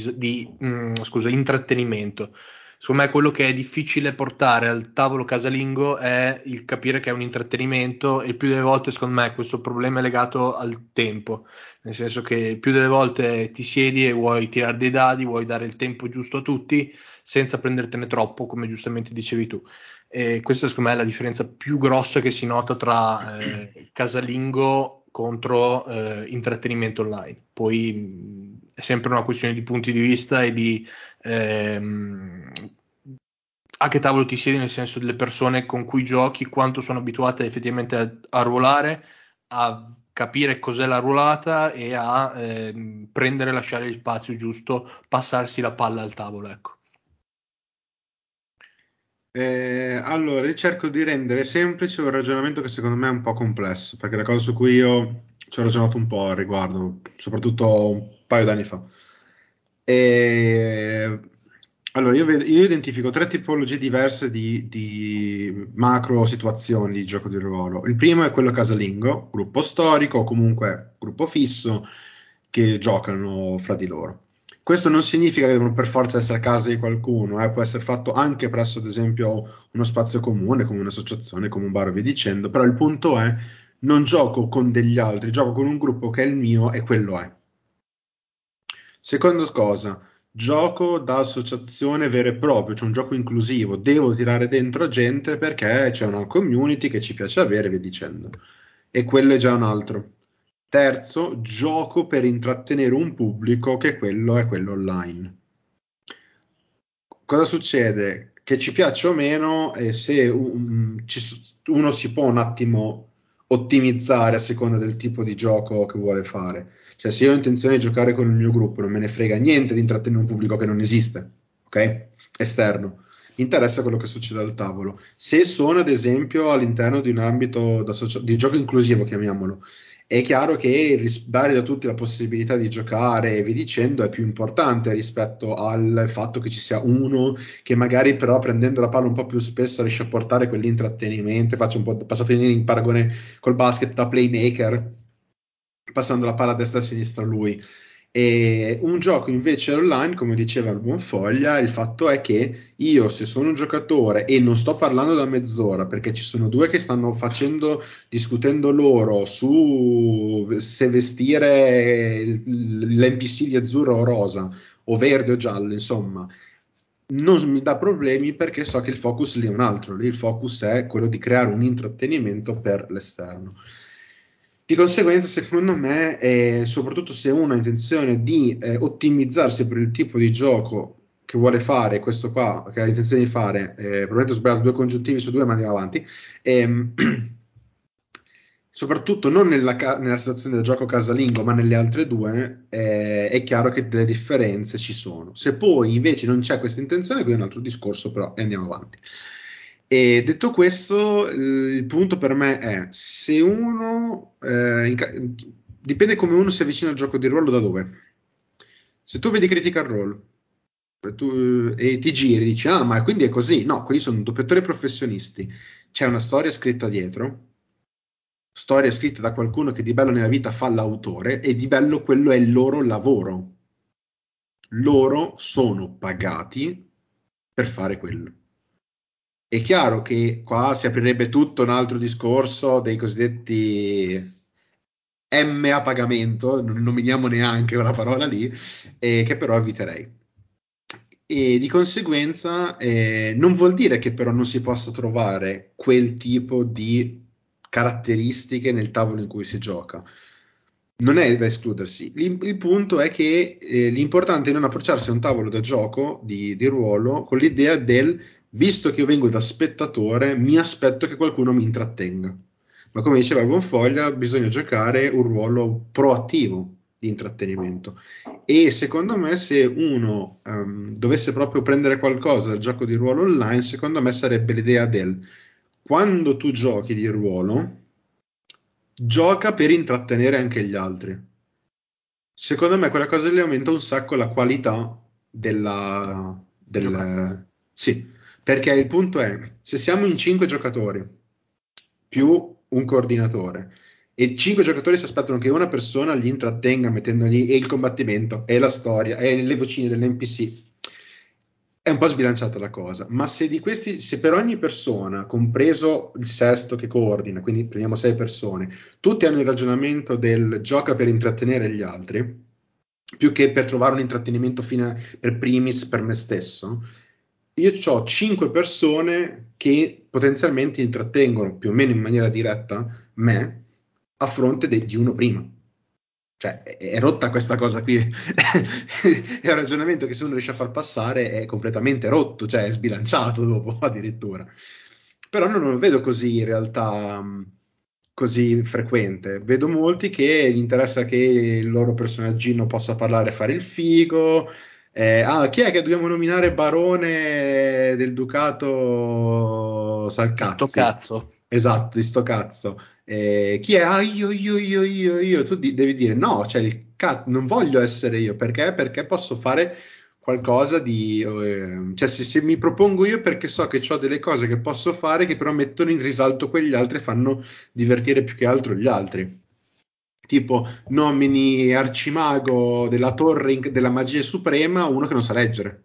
di intrattenimento. Secondo me quello che è difficile portare al tavolo casalingo è il capire che è un intrattenimento, e il più delle volte secondo me questo problema è legato al tempo, nel senso che il più delle volte ti siedi e vuoi tirare dei dadi, vuoi dare il tempo giusto a tutti senza prendertene troppo, come giustamente dicevi tu. E questa secondo me è la differenza più grossa che si nota tra casalingo contro intrattenimento online. Poi è sempre una questione di punti di vista e di a che tavolo ti siedi, nel senso delle persone con cui giochi, quanto sono abituate effettivamente a ruolare, a capire cos'è la ruolata e a prendere e lasciare il spazio giusto, passarsi la palla al tavolo, ecco. Allora, io cerco di rendere semplice un ragionamento che secondo me è un po' complesso, perché è la cosa su cui io ci ho ragionato un po' al riguardo, soprattutto un paio d'anni fa. E... Allora, io identifico tre tipologie diverse di macro situazioni di gioco di ruolo. Il primo è quello casalingo, gruppo storico o comunque gruppo fisso che giocano fra di loro. Questo non significa che devono per forza essere a casa di qualcuno, può essere fatto anche presso, ad esempio, uno spazio comune, come un'associazione, come un bar, e via dicendo, però il punto è non gioco con degli altri, gioco con un gruppo che è il mio e quello è. Seconda cosa, gioco da associazione vero e proprio, cioè un gioco inclusivo, devo tirare dentro gente perché c'è una community che ci piace avere, e via dicendo. E quello è già un altro. Terzo, gioco per intrattenere un pubblico, che quello è quello online. Cosa succede? Che ci piaccia o meno, e se uno si può un attimo ottimizzare a seconda del tipo di gioco che vuole fare. Cioè, se io ho intenzione di giocare con il mio gruppo, non me ne frega niente di intrattenere un pubblico che non esiste, ok? Esterno. Mi interessa quello che succede al tavolo. Se sono, ad esempio, all'interno di un ambito di gioco inclusivo, chiamiamolo, è chiaro che dare a tutti la possibilità di giocare e via dicendo è più importante rispetto al fatto che ci sia uno che magari però prendendo la palla un po' più spesso riesce a portare quell'intrattenimento. Faccio un po', passate in paragone col basket da playmaker, passando la palla a destra e a sinistra a lui. E un gioco invece online, come diceva il buon Foglia, il fatto è che io, se sono un giocatore, e non sto parlando da mezz'ora, perché ci sono due che stanno discutendo loro su se vestire l'NPC di azzurro o rosa, o verde o giallo, insomma, non mi dà problemi perché so che il focus lì è un altro, lì il focus è quello di creare un intrattenimento per l'esterno. Di conseguenza, secondo me, soprattutto se uno ha intenzione di ottimizzarsi per il tipo di gioco che vuole fare, questo qua, che ha intenzione di fare, probabilmente ho sbagliato due congiuntivi su due, ma andiamo avanti, ehm, soprattutto non nella situazione del gioco casalingo, ma nelle altre due, è chiaro che delle differenze ci sono. Se poi invece non c'è questa intenzione, qui è un altro discorso, però e andiamo avanti. E detto questo, il punto per me è se uno dipende come uno si avvicina al gioco di ruolo da dove. Se tu vedi Critical Role e ti giri e dici, ah, ma quindi è così. No, quelli sono doppiatori professionisti. C'è una storia scritta dietro, storia scritta da qualcuno che di bello nella vita fa l'autore e di bello quello è il loro lavoro. Loro sono pagati per fare quello. È chiaro che qua si aprirebbe tutto un altro discorso dei cosiddetti M a pagamento, non nominiamo neanche quella parola lì, che però eviterei. E di conseguenza non vuol dire che però non si possa trovare quel tipo di caratteristiche nel tavolo in cui si gioca. Non è da escludersi. Il punto è che l'importante è non approcciarsi a un tavolo da gioco di ruolo con l'idea del visto che io vengo da spettatore, mi aspetto che qualcuno mi intrattenga. Ma come diceva Bonfoglia, bisogna giocare un ruolo proattivo di intrattenimento. E secondo me, se uno dovesse proprio prendere qualcosa dal gioco di ruolo online, secondo me sarebbe l'idea del quando tu giochi di ruolo, gioca per intrattenere anche gli altri. Secondo me quella cosa lì aumenta un sacco la qualità Sì, perché il punto è, se siamo in 5 giocatori più un coordinatore e 5 giocatori si aspettano che una persona li intrattenga mettendogli e il combattimento e la storia e le vocine dell'NPC, è un po' sbilanciata la cosa, ma se di questi, se per ogni persona, compreso il sesto che coordina, quindi prendiamo 6 persone, tutti hanno il ragionamento del gioca per intrattenere gli altri, più che per trovare un intrattenimento per primis per me stesso, io ho 5 persone che potenzialmente intrattengono più o meno in maniera diretta me a fronte di uno prima. Cioè, è rotta questa cosa qui. È un ragionamento che se uno riesce a far passare è completamente rotto, cioè è sbilanciato dopo addirittura. Però non lo vedo così in realtà così frequente. Vedo molti che gli interessa che il loro personaggino possa parlare e fare il figo. Chi è che dobbiamo nominare barone del ducato Di sto Salcazzi? cazzo. Esatto, di sto cazzo. Chi è? Ah, io. Tu devi dire no, cioè non voglio essere io. Perché? Perché posso fare qualcosa di... cioè se mi propongo io perché so che ho delle cose che posso fare che però mettono in risalto quegli altri e fanno divertire più che altro gli altri. Tipo, nomini Arcimago della torre della magia suprema uno che non sa leggere,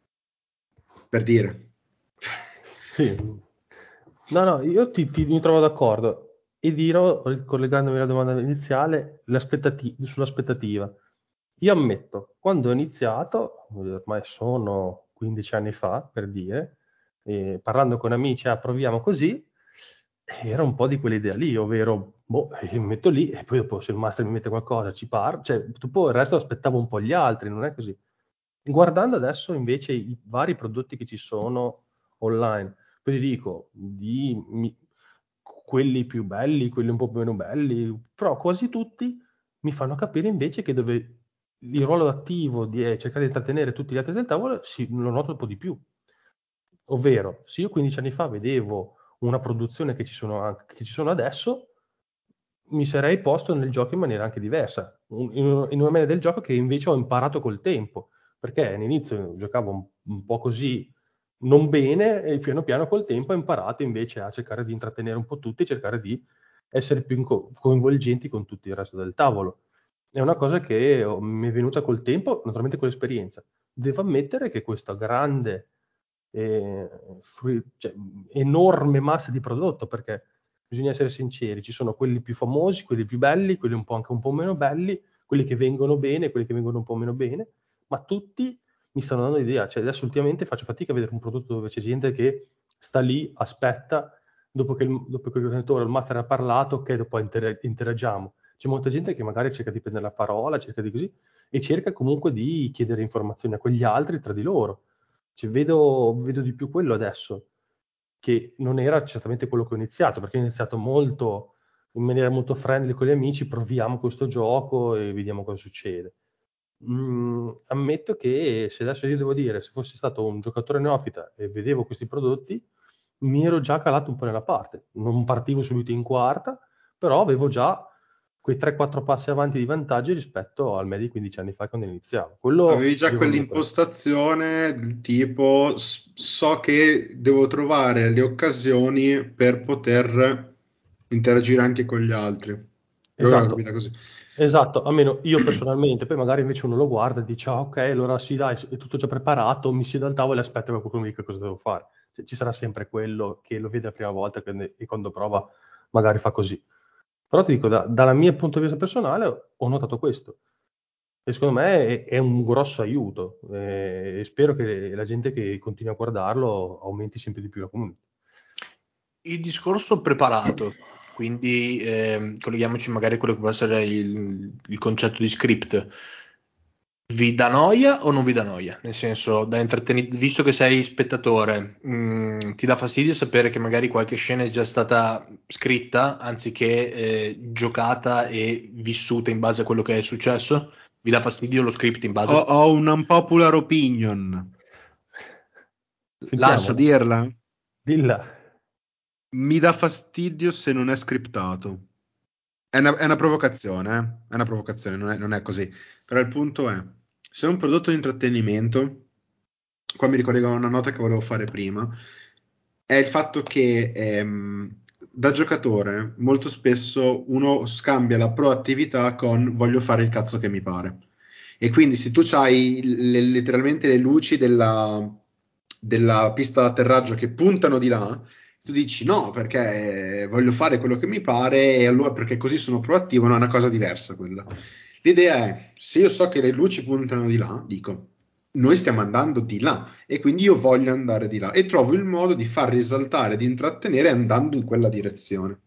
per dire. Sì. No, no, io mi trovo d'accordo e dirò, collegandomi alla domanda iniziale, sull'aspettativa. Io ammetto, quando ho iniziato, ormai sono 15 anni fa, per dire, parlando con amici, proviamo così, era un po' di quell'idea lì, ovvero, boh, io mi metto lì e poi dopo se il master mi mette qualcosa ci parlo, cioè, dopo il resto aspettavo un po' gli altri, non è così. Guardando adesso invece i vari prodotti che ci sono online, poi ti dico, quelli più belli, quelli un po' meno belli, però quasi tutti mi fanno capire invece che dove il ruolo attivo di cercare di intrattenere tutti gli altri del tavolo lo noto un po' di più. Ovvero, se io 15 anni fa vedevo una produzione che ci sono adesso, mi sarei posto nel gioco in maniera anche diversa, in una maniera del gioco che invece ho imparato col tempo, perché all'inizio giocavo un po' così, non bene, e piano piano col tempo ho imparato invece a cercare di intrattenere un po' tutti e cercare di essere più coinvolgenti con tutto il resto del tavolo. È una cosa che mi è venuta col tempo, naturalmente con l'esperienza. Devo ammettere che questa grande, cioè, enorme massa di prodotto, perché bisogna essere sinceri, ci sono quelli più famosi, quelli più belli, quelli anche un po' meno belli, quelli che vengono bene, quelli che vengono un po' meno bene, ma tutti mi stanno dando l'idea. Cioè, adesso ultimamente faccio fatica a vedere un prodotto dove c'è gente che sta lì, aspetta, dopo che il giocatore o il master ha parlato, ok, dopo interagiamo. C'è molta gente che magari cerca di prendere la parola, cerca di così, e cerca comunque di chiedere informazioni a quegli altri tra di loro. Cioè, vedo di più quello adesso, che non era certamente quello che ho iniziato, perché ho iniziato in maniera molto friendly con gli amici, proviamo questo gioco e vediamo cosa succede. Ammetto che se adesso io devo dire, se fossi stato un giocatore neofita e vedevo questi prodotti, mi ero già calato un po' nella parte. Non partivo subito in quarta, però avevo già quei 3-4 passi avanti di vantaggio rispetto al me di 15 anni fa quando iniziavo. Quello Avevi già devo ammettere. quell'impostazione del tipo so che devo trovare le occasioni per poter interagire anche con gli altri. Io l'avevo capita Esatto, così. esatto, almeno io personalmente, poi magari invece uno lo guarda e dice, ah, ok, allora sì, dai, è tutto già preparato, mi siedo al tavolo e aspetto che qualcuno mi dica cosa devo fare. Cioè, ci sarà sempre quello che lo vede la prima volta e quando prova magari fa così. Però ti dico, dal mio punto di vista personale ho notato questo. E secondo me è un grosso aiuto e spero che la gente che continua a guardarlo aumenti sempre di più la community. Il discorso preparato, quindi colleghiamoci magari a quello che può essere il concetto di script. Vi dà noia o non vi dà noia? Nel senso, visto che sei spettatore, ti dà fastidio sapere che magari qualche scena è già stata scritta anziché giocata e vissuta in base a quello che è successo? Vi dà fastidio lo script in Ho, base? ho un unpopular opinion. Posso Sentiamola, dirla? dilla. Mi dà fastidio se non è scriptato. È una provocazione, eh? È una provocazione, non è così. Però il punto è, se è un prodotto di intrattenimento, qua mi ricollego a una nota che volevo fare prima, è il fatto che da giocatore molto spesso uno scambia la proattività con voglio fare il cazzo che mi pare. E quindi se tu hai letteralmente le luci della pista d'atterraggio che puntano di là, tu dici no, perché voglio fare quello che mi pare e allora perché così sono proattivo, no, è una cosa diversa quella. L'idea è, se io so che le luci puntano di là, dico, noi stiamo andando di là e quindi io voglio andare di là e trovo il modo di far risaltare, di intrattenere andando in quella direzione.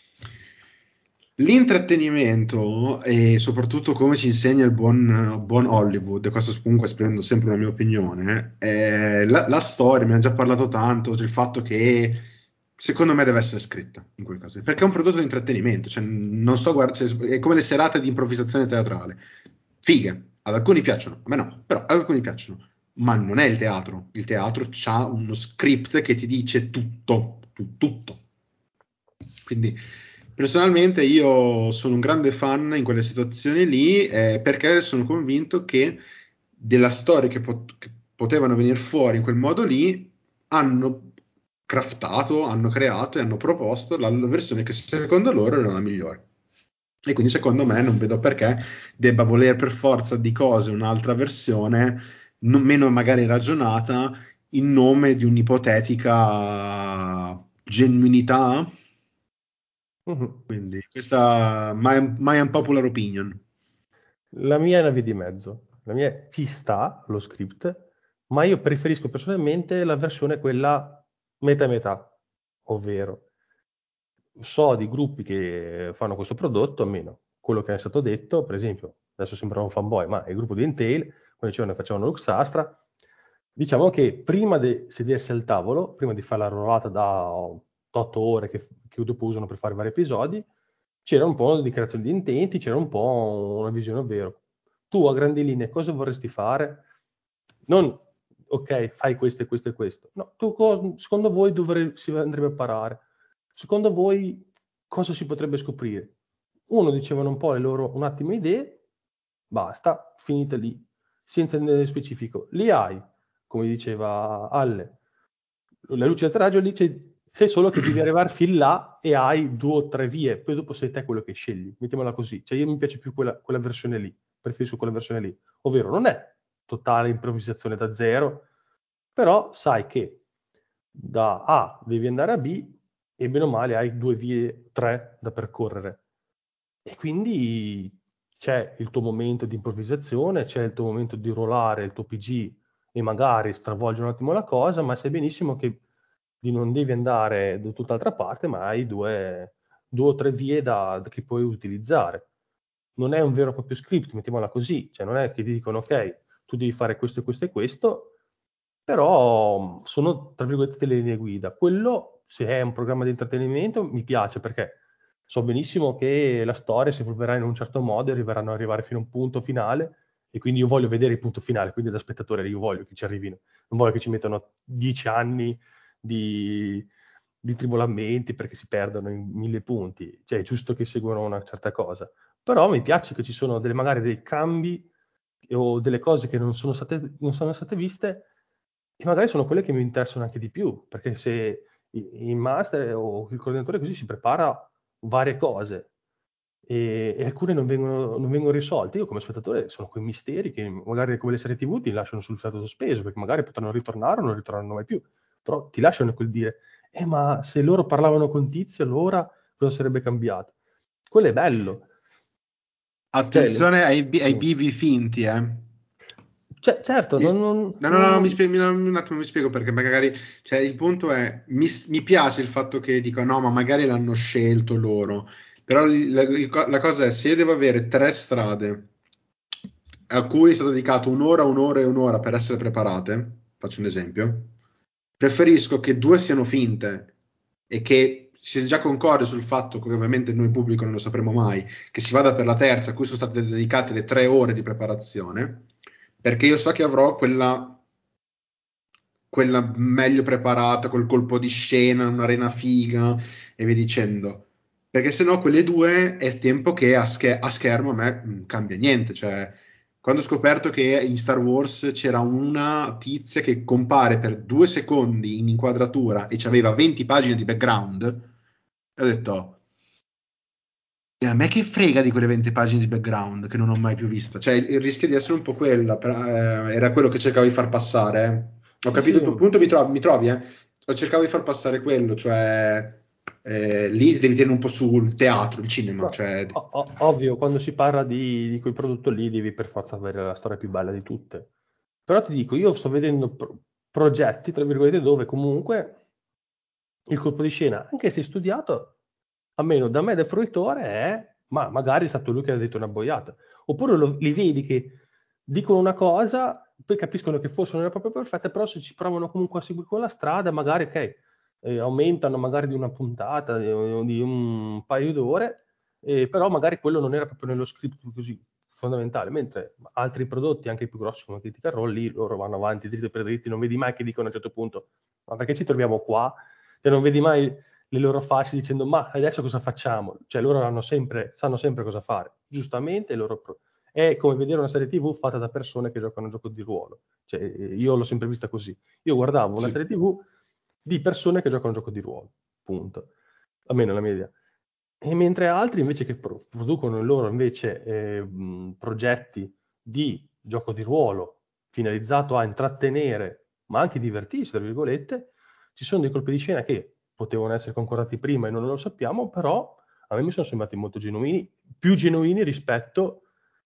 L'intrattenimento e soprattutto come ci insegna il buon Hollywood, e questo comunque esprimendo sempre una mia opinione, la storia, mi ha già parlato tanto del fatto che secondo me deve essere scritta in quel caso, perché è un prodotto di intrattenimento, cioè non sto è come le serate di improvvisazione teatrale, fighe, ad alcuni piacciono, a me no, però ad alcuni piacciono, ma non è il teatro ha uno script che ti dice tutto, tutto. Quindi personalmente io sono un grande fan in quelle situazioni lì perché sono convinto che della storia che potevano venire fuori in quel modo lì hanno craftato, hanno creato e hanno proposto la versione che secondo loro era la migliore. E quindi secondo me non vedo perché debba voler per forza di cose un'altra versione, meno magari ragionata, in nome di un'ipotetica genuinità. Mhm. Quindi questa my unpopular opinion. La mia è una via di mezzo. La mia ci sta lo script, ma io preferisco personalmente la versione quella metà e metà, ovvero so di gruppi che fanno questo prodotto, almeno quello che è stato detto, per esempio, adesso sembra un fanboy, ma il gruppo di Intel, quando dicevano che facevano Luxastra, diciamo che prima di sedersi al tavolo, prima di fare la ruolata da 8 ore che dopo usano per fare vari episodi, c'era un po' di creazione di intenti, c'era un po' una visione, ovvero tu a grandi linee cosa vorresti fare? Non, ok, fai questo e questo e questo. No, secondo voi dove si andrebbe a parare? Secondo voi cosa si potrebbe scoprire? Uno dicevano un po' le loro un attimo idee, basta, finite lì, senza nello specifico. Lì hai, come diceva Alle, la luce del raggio lì sei solo che devi arrivare fin là e hai 2 o 3 vie, poi dopo sei te quello che scegli, mettiamola così. Cioè io mi piace più quella versione lì, preferisco quella versione lì, ovvero non è totale improvvisazione da zero, però sai che da A devi andare a B e bene o male hai 2 vie, 3 da percorrere. E quindi c'è il tuo momento di improvvisazione, c'è il tuo momento di ruolare il tuo PG e magari stravolgere un attimo la cosa, ma sai benissimo che non devi andare da tutt'altra parte, ma hai 2 o 3 vie che puoi utilizzare. Non è un vero e proprio script, mettiamola così, cioè non è che ti dicono ok, tu devi fare questo e questo e questo, però sono, tra virgolette, le linee guida. Quello, se è un programma di intrattenimento, mi piace perché so benissimo che la storia si evolverà in un certo modo e arriveranno ad arrivare fino a un punto finale e quindi io voglio vedere il punto finale, quindi da spettatore io voglio che ci arrivino, non voglio che ci mettano 10 anni di, di tribolamenti perché si perdono in 1000 punti, cioè è giusto che seguano una certa cosa, però mi piace che ci sono magari dei cambi o delle cose che non sono state viste e magari sono quelle che mi interessano anche di più, perché se il master o il coordinatore così si prepara varie cose e alcune non vengono risolte. Io come spettatore sono quei misteri che magari come le serie TV ti lasciano sul fiato sospeso, perché magari potranno ritornare o non ritorneranno mai più, però ti lasciano quel dire, ma se loro parlavano con Tizio, allora cosa sarebbe cambiato? Quello è bello. Cioè, Attenzione ai bivi finti, eh. certo, No, no, no, un attimo mi spiego perché magari, cioè, il punto è, mi piace il fatto che dico no, ma magari l'hanno scelto loro, però la cosa è, se io devo avere 3 strade a cui è stato dedicato un'ora, un'ora e un'ora per essere preparate, faccio un esempio, preferisco che 2 siano finte e che si già concorde sul fatto che ovviamente noi pubblico non lo sapremo mai, che si vada per la terza a cui sono state dedicate le 3 ore di preparazione, perché io so che avrò quella meglio preparata, col colpo di scena, un'arena figa e via dicendo. Perché sennò quelle 2 è il tempo che a schermo a me cambia niente. Cioè, quando ho scoperto che in Star Wars c'era una tizia che compare per 2 secondi in inquadratura e aveva 20 pagine di background, ho detto, e a me che frega di quelle 20 pagine di background che non ho mai più visto. Cioè, il rischio di essere un po' quella, era quello che cercavo di far passare. Ho sì, capito sì. il tuo punto, mi trovi, eh? Cercavo di far passare quello, cioè, lì devi tenere un po' sul teatro, il cinema, No, cioè, ovvio, quando si parla di quel prodotto lì devi per forza avere la storia più bella di tutte. Però ti dico, io sto vedendo progetti, tra virgolette, dove comunque il colpo di scena, anche se studiato, almeno da me del fruitore è, ma magari è stato lui che ha detto una boiata. Oppure li vedi che dicono una cosa, poi capiscono che forse non era proprio perfetta, però se ci provano comunque a seguire quella strada, magari, ok, aumentano magari di una puntata, di un paio d'ore, però magari quello non era proprio nello script così fondamentale, mentre altri prodotti, anche più grossi come Critical Role, lì loro vanno avanti dritto per dritti, non vedi mai che dicono a un certo punto, ma perché ci troviamo qua? Cioè non vedi mai le loro facce dicendo, ma adesso cosa facciamo? Cioè loro sanno sempre cosa fare, giustamente è come vedere una serie TV fatta da persone che giocano a un gioco di ruolo. Cioè, io l'ho sempre vista così. Io guardavo una sì. serie TV di persone che giocano a un gioco di ruolo, punto. Almeno la mia idea. E mentre altri invece che producono i loro invece progetti di gioco di ruolo finalizzato a intrattenere, ma anche divertirsi, tra virgolette, ci sono dei colpi di scena che potevano essere concordati prima e non lo sappiamo, però a me mi sono sembrati molto genuini, più genuini rispetto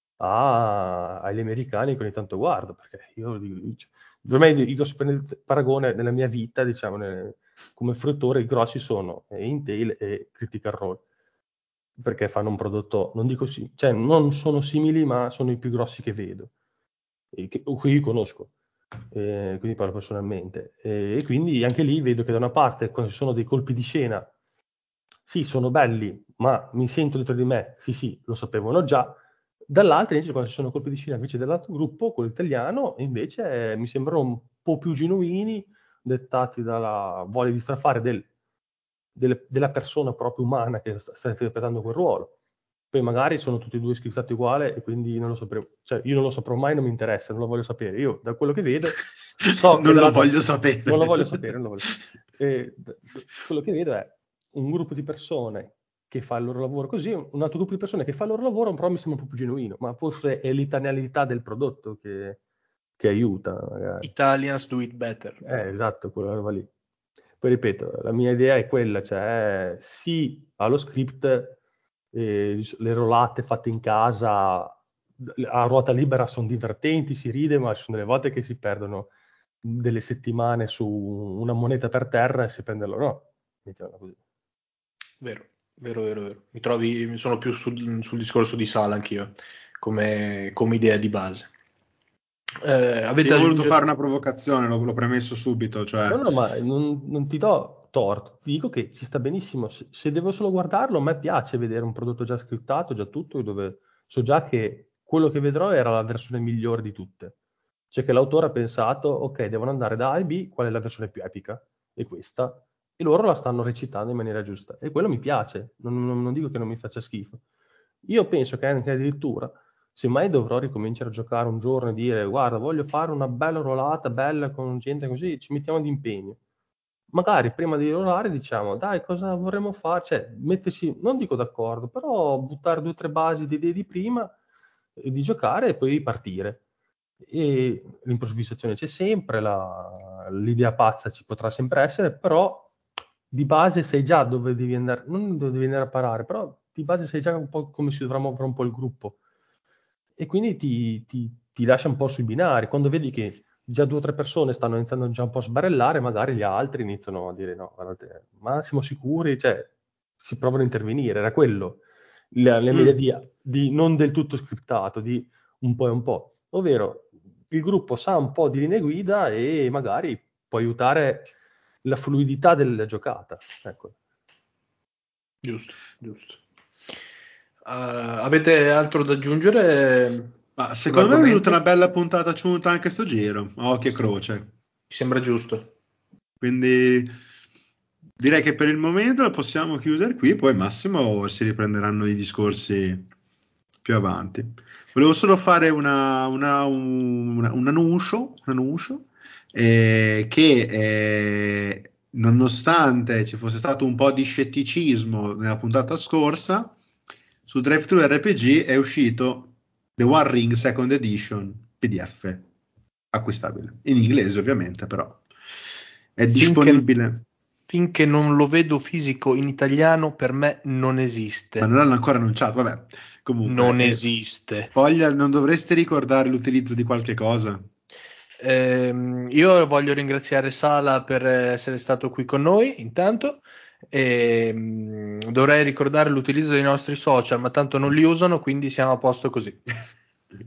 agli americani che ogni tanto guardo, perché per me i grossi paragone nella mia vita, diciamo, come fruttore, i grossi sono Intel e Critical Role, perché fanno un prodotto, non dico sì, cioè non sono simili, ma sono i più grossi che vedo, o che io conosco, quindi parlo personalmente. E quindi anche lì vedo che da una parte, quando ci sono dei colpi di scena sì, sono belli, ma mi sento dentro di me, sì, lo sapevano già. Dall'altra, invece, quando ci sono colpi di scena invece dell'altro gruppo, quello italiano, invece mi sembrano un po' più genuini, dettati dalla voglia di far fare della persona proprio umana che sta interpretando quel ruolo. Poi magari sono tutti e due scriptati uguale e quindi non lo saprò, cioè io non lo saprò mai, non mi interessa, non lo voglio sapere. Io da quello che vedo so che Non lo dall'altra voglio sapere. non lo voglio sapere, non lo voglio sapere. Quello che vedo è un gruppo di persone che fa il loro lavoro così, un altro gruppo di persone che fa il loro lavoro, però mi sembra un po' più genuino, ma forse è l'italianità del prodotto che aiuta, magari. Italians do it better. Esatto, quella roba lì. Poi ripeto, la mia idea è quella, cioè sì allo script, le rolate fatte in casa a ruota libera sono divertenti, si ride, ma ci sono delle volte che si perdono delle settimane su una moneta per terra e si prendono, no, mettiamola così. Vero. Mi sono più sul discorso di sala anch'io, come idea di base. Sì, Avete io ho voluto aggiunto... fare una provocazione, l'ho premesso subito, cioè No, ma non ti do torto, ti dico che ci sta benissimo. Se devo solo guardarlo, a me piace vedere un prodotto già scriptato, già tutto, dove so già che quello che vedrò era la versione migliore di tutte. Cioè che l'autore ha pensato, ok, devono andare da A a B, qual è la versione più epica? E questa. E loro la stanno recitando in maniera giusta. E quello mi piace, non dico che non mi faccia schifo. Io penso che anche addirittura, se mai dovrò ricominciare a giocare un giorno e dire, guarda, voglio fare una bella rolata, bella con gente così, ci mettiamo d'impegno. Magari prima di rollare diciamo, dai, cosa vorremmo fare? Cioè, metterci, non dico d'accordo, però buttare 2 o 3 basi di idee di prima, di giocare e poi partire. E l'improvvisazione c'è sempre, l'idea pazza ci potrà sempre essere, però di base sai già dove devi andare, non dove devi andare a parare, però di base sai già un po' come si dovrà muovere un po' il gruppo. E quindi ti lascia un po' sui binari. Quando vedi che già 2 o 3 persone stanno iniziando già un po' a sbarellare, magari gli altri iniziano a dire no, guardate, ma siamo sicuri? Cioè, si provano a intervenire. Era quello, la mia mm, idea di non del tutto scriptato, di un po' e un po'. Ovvero, il gruppo sa un po' di linee guida e magari può aiutare la fluidità della giocata. Ecco. Giusto. Avete altro da aggiungere ma secondo me è venuta una sull'argomento? bella puntata ciunta anche sto giro, a occhio e Sì, mi croce. sembra giusto. Quindi direi che per il momento la possiamo chiudere qui, poi Massimo si riprenderanno i discorsi più avanti. Volevo solo fare un annuncio, che nonostante ci fosse stato un po' di scetticismo nella puntata scorsa, su DriveThru RPG è uscito The One Ring Second Edition PDF acquistabile, in inglese ovviamente, però è Finché, disponibile. finché non lo vedo fisico in italiano, per me non Ma non esiste. l'hanno ancora annunciato, vabbè. Comunque, Non esiste. Foglia, non dovresti ricordare l'utilizzo di qualche cosa? Io voglio ringraziare Sala per essere stato qui con noi, intanto. Dovrei ricordare l'utilizzo dei nostri social, ma tanto non li usano, quindi siamo a posto così.